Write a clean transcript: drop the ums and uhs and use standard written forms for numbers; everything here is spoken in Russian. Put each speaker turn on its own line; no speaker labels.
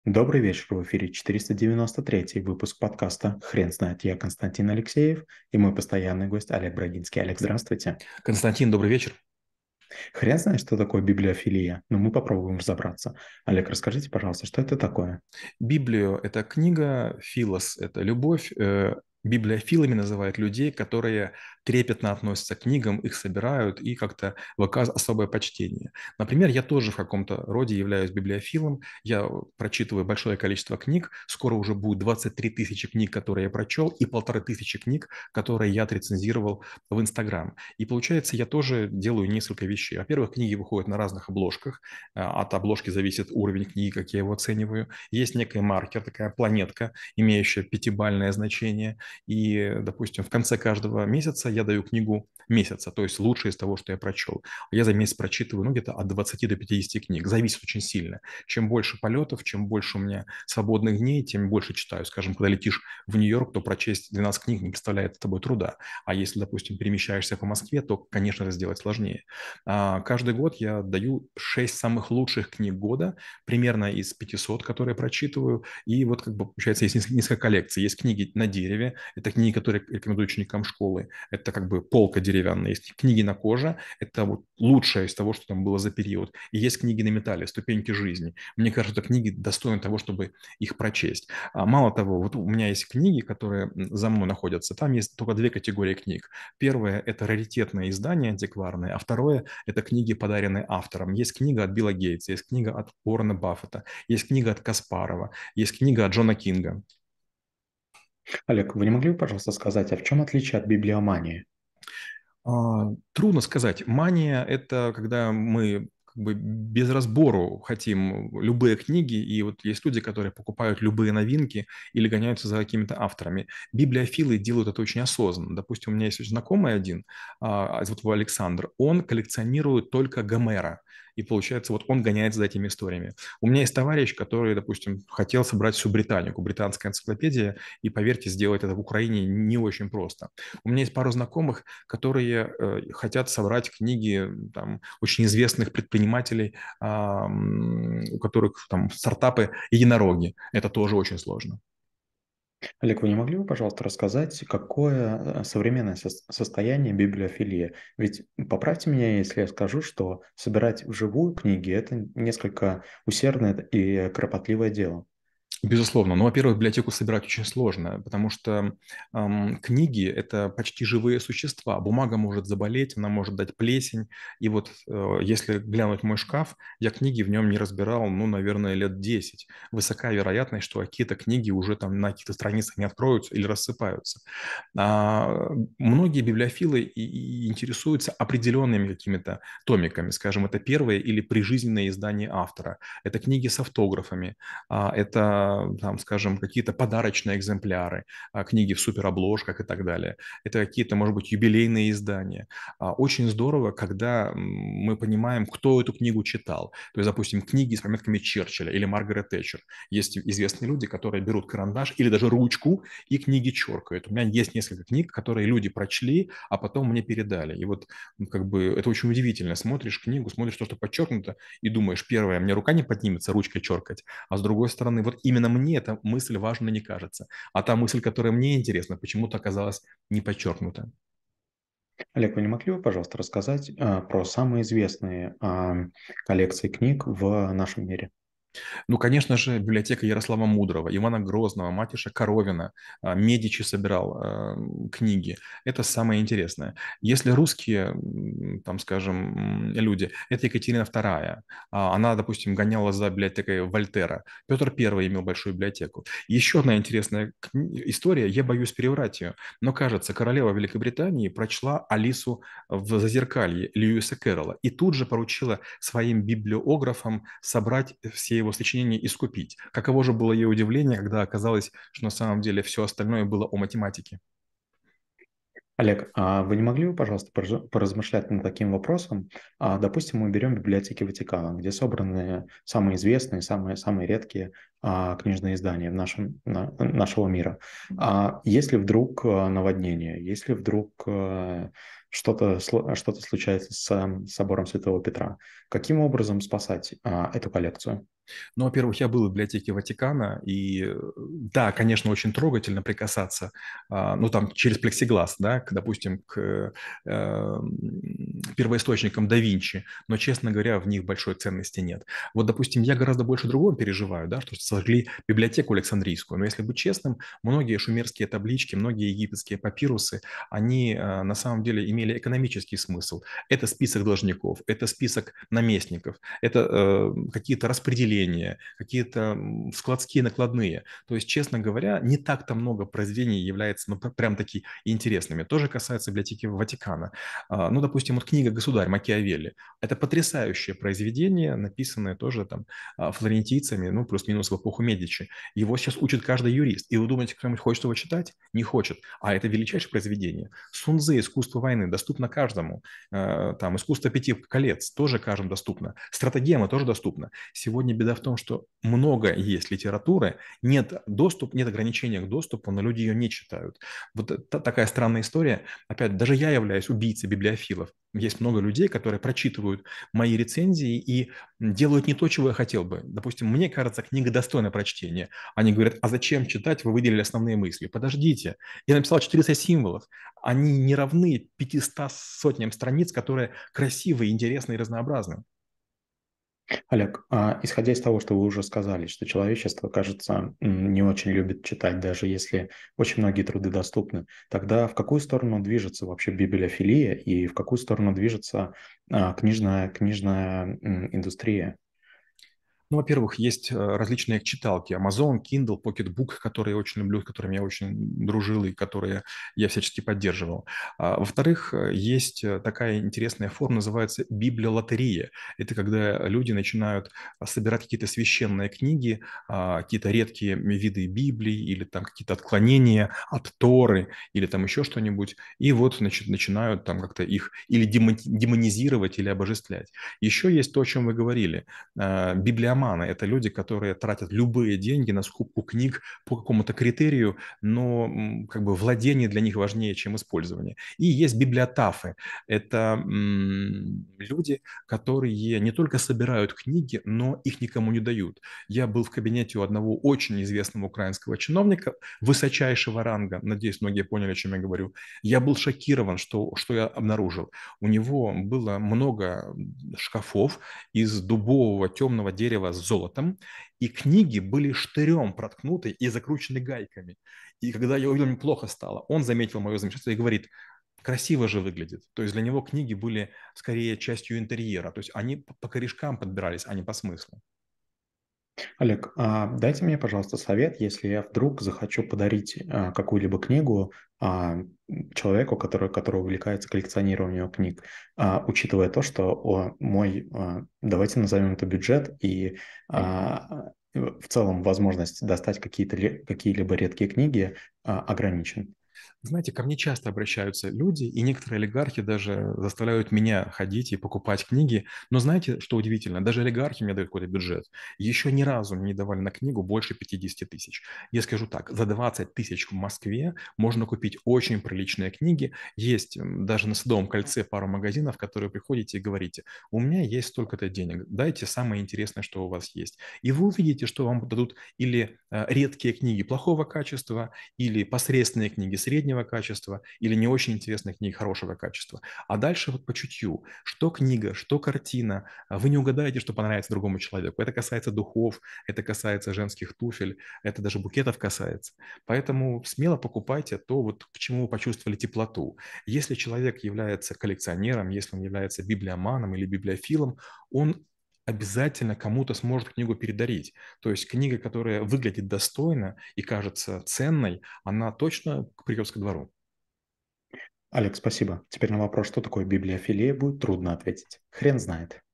Добрый вечер, в эфире 493 выпуск подкаста «Хрен знает». Я Константин Алексеев и мой постоянный гость Олег Брагинский. Олег, здравствуйте.
Константин, добрый вечер.
Хрен знает, что такое библиофилия, но мы попробуем разобраться. Олег, расскажите, пожалуйста, что это такое?
Библию– это книга, филос– это любовь. Библиофилами называют людей, которые трепетно относятся к книгам, их собирают и как-то выказывают особое почтение. Например, я тоже в каком-то роде являюсь библиофилом. Я прочитываю большое количество книг. Скоро уже будет 23 тысячи книг, которые я прочел, и 1500 книг, которые я отрецензировал в Инстаграм. И получается, я тоже делаю несколько вещей. Во-первых, книги выходят на разных обложках. От обложки зависит уровень книги, как я его оцениваю. Есть некий маркер, такая планетка, имеющая пятибалльное значение. И, допустим, в конце каждого месяца я даю книгу месяца, то есть лучшее из того, что я прочел. Я за месяц прочитываю, ну, где-то от 20 до 50 книг. Зависит очень сильно. Чем больше полетов, чем больше у меня свободных дней, тем больше читаю. Скажем, когда летишь в Нью-Йорк, то прочесть 12 книг не представляет с тобой труда. А если, допустим, перемещаешься по Москве, то, конечно, это сделать сложнее. Каждый год я даю 6 самых лучших книг года, примерно из 500, которые прочитываю. И вот как бы получается, есть несколько коллекций. Есть книги на дереве, это книги, которые рекомендую ученикам школы. Это как бы полка деревянная. Есть книги на коже, это вот лучшее из того, что там было за период. И есть книги на металле, ступеньки жизни. Мне кажется, это книги достойны того, чтобы их прочесть. Мало того, вот у меня есть книги, которые за мной находятся. Там есть только две категории книг. Первое– это раритетные издания антикварные, а второе– это книги, подаренные автором. Есть книга от Билла Гейтса, есть книга от Уоррена Баффета, есть книга от Каспарова, есть книга от Джона Кинга.
Олег, вы не могли бы, пожалуйста, сказать, а в чем отличие от библиомании?
Трудно сказать. Мания– это когда мы как бы без разбору хотим любые книги, и вот есть люди, которые покупают любые новинки или гоняются за какими-то авторами. Библиофилы делают это очень осознанно. Допустим, у меня есть знакомый один, зовут его Александр, он коллекционирует только Гомера. И получается, вот он гоняется за этими историями. У меня есть товарищ, который, допустим, хотел собрать всю Британику, британская энциклопедия, и, поверьте, сделать это в Украине не очень просто. У меня есть пару знакомых, которые хотят собрать книги там, очень известных предпринимателей, у которых там стартапы единороги. Это тоже очень сложно.
Олег, вы не могли бы, пожалуйста, рассказать, какое современное состояние библиофилии? Ведь поправьте меня, если я скажу, что собирать вживую книги– это несколько усердное и кропотливое дело.
Безусловно. Но, во-первых, библиотеку собирать очень сложно, потому что книги– это почти живые существа. Бумага может заболеть, она может дать плесень. И вот если глянуть в мой шкаф, я книги в нем не разбирал, ну, наверное, лет 10. Высока вероятность, что какие-то книги уже там на каких-то страницах не откроются или рассыпаются. А, Многие библиофилы и интересуются определенными какими-то томиками. Скажем, это первые или прижизненные издания автора. Это книги с автографами, это, там, скажем, какие-то подарочные экземпляры, книги в суперобложках и так далее. Это какие-то, может быть, юбилейные издания. Очень здорово, когда мы понимаем, кто эту книгу читал. То есть, допустим, книги с пометками Черчилля или Маргарет Тэтчер. Есть известные люди, которые берут карандаш или даже ручку и книги черкают. У меня есть несколько книг, которые люди прочли, а потом мне передали. И вот как бы это очень удивительно. Смотришь книгу, смотришь то, что подчеркнуто, и думаешь, первое, мне рука не поднимется ручкой черкать, а с другой стороны, вот именно мне эта мысль важной не кажется. А та мысль, которая мне интересна, почему-то оказалась не подчеркнута.
Олег, вы не могли бы, пожалуйста, рассказать про самые известные коллекции книг в нашем мире?
Ну, конечно же, библиотека Ярослава Мудрого, Ивана Грозного, Матиша Коровина, Медичи собирал книги. Это самое интересное. Если русские, там, скажем, люди, это Екатерина II. Она, допустим, гоняла за библиотекой Вольтера. Петр I имел большую библиотеку. Еще одна интересная история, я боюсь переврать ее, но, кажется, королева Великобритании прочла Алису в Зазеркалье Льюиса Кэрролла и тут же поручила своим библиографам собрать все его сочинения и скупить. Каково же было ее удивление, когда оказалось, что на самом деле все остальное было о математике.
Олег, а вы не могли бы, пожалуйста, поразмышлять над таким вопросом? Допустим, мы берем библиотеки Ватикана, где собраны самые известные, самые редкие книжные издания нашего мира. Если вдруг наводнение, если вдруг что-то случается с собором Святого Петра, каким образом спасать эту коллекцию?
Ну, во-первых, я был в библиотеке Ватикана, и да, конечно, очень трогательно прикасаться, ну, там, через плексиглаз, да, допустим, к первоисточникам да Винчи, но, честно говоря, в них большой ценности нет. Вот, допустим, я гораздо больше другого переживаю, да, что сожгли библиотеку Александрийскую, но если быть честным, многие шумерские таблички, многие египетские папирусы, они на самом деле имели экономический смысл. Это список должников, это список наместников, это какие-то распределения, какие-то складские накладные. То есть, честно говоря, не так-то много произведений является, ну, прям таки интересными. Тоже касается библиотеки Ватикана. Ну, допустим, вот книга «Государь» Макиавелли. Это потрясающее произведение, написанное тоже там флорентийцами, ну, плюс-минус в эпоху Медичи. Его сейчас учит каждый юрист. И вы думаете, кто-нибудь хочет его читать? Не хочет. А это величайшее произведение. Сунцзы «Искусство войны» доступно каждому. Там «Искусство пяти колец» тоже каждому доступно. Стратегема тоже доступна. Сегодня беда в том, что много есть литературы, нет ограничения к доступу, но люди ее не читают. Вот такая странная история. Опять, даже я являюсь убийцей библиофилов. Есть много людей, которые прочитывают мои рецензии и делают не то, чего я хотел бы. Допустим, мне кажется, книга достойна прочтения. Они говорят, а зачем читать, вы выделили основные мысли. Подождите, я написал 400 символов. Они не равны 500 сотням страниц, которые красивые, интересные и разнообразны.
Олег, исходя из того, что вы уже сказали, что человечество, кажется, не очень любит читать, даже если очень многие труды доступны, тогда в какую сторону движется вообще библиофилия и в какую сторону движется книжная индустрия?
Ну, во-первых, есть различные читалки. Amazon, Kindle, Pocketbook, которые я очень люблю, с которыми я очень дружил и которые я всячески поддерживал. Во-вторых, есть такая интересная форма, называется библиолотерия. Это когда люди начинают собирать какие-то священные книги, какие-то редкие виды Библии или там какие-то отклонения от Торы или там еще что-нибудь. И вот, значит, начинают там как-то их или демонизировать, или обожествлять. Еще есть то, о чем вы говорили, библиоманы– это люди, которые тратят любые деньги на скупку книг по какому-то критерию, но как бы владение для них важнее, чем использование. И есть библиотафы. Это люди, которые не только собирают книги, но их никому не дают. Я был в кабинете у одного очень известного украинского чиновника высочайшего ранга. Надеюсь, многие поняли, о чем я говорю. Я был шокирован, что я обнаружил. У него было много шкафов из дубового темного дерева с золотом, и книги были штырем проткнуты и закручены гайками. И когда я увидел, мне плохо стало, он заметил мое замешательство и говорит, красиво же выглядит. То есть для него книги были скорее частью интерьера. То есть они по корешкам подбирались, а не по смыслу.
Олег, дайте мне, пожалуйста, совет, если я вдруг захочу подарить какую-либо книгу человеку, который увлекается коллекционированием книг, учитывая то, что давайте назовем это бюджет и в целом возможность достать какие-либо редкие книги ограничен.
Знаете, ко мне часто обращаются люди, и некоторые олигархи даже заставляют меня ходить и покупать книги. Но знаете, что удивительно? Даже олигархи мне дают какой-то бюджет. Еще ни разу мне не давали на книгу больше 50 тысяч. Я скажу так, за 20 тысяч в Москве можно купить очень приличные книги. Есть даже на Садовом кольце пару магазинов, в которые вы приходите и говорите, у меня есть столько-то денег, дайте самое интересное, что у вас есть. И вы увидите, что вам дадут или редкие книги плохого качества, или посредственные книги среднего качества, или не очень интересные книги хорошего качества. А дальше вот по чутью, что книга, что картина, вы не угадаете, что понравится другому человеку. Это касается духов, это касается женских туфель, это даже букетов касается. Поэтому смело покупайте то, вот к чему вы почувствовали теплоту. Если человек является коллекционером, если он является библиоманом или библиофилом, он обязательно кому-то сможет книгу передарить. То есть книга, которая выглядит достойно и кажется ценной, она точно придет ко двору.
Олег, спасибо. Теперь на вопрос, что такое библиофилия, будет трудно ответить. Хрен знает.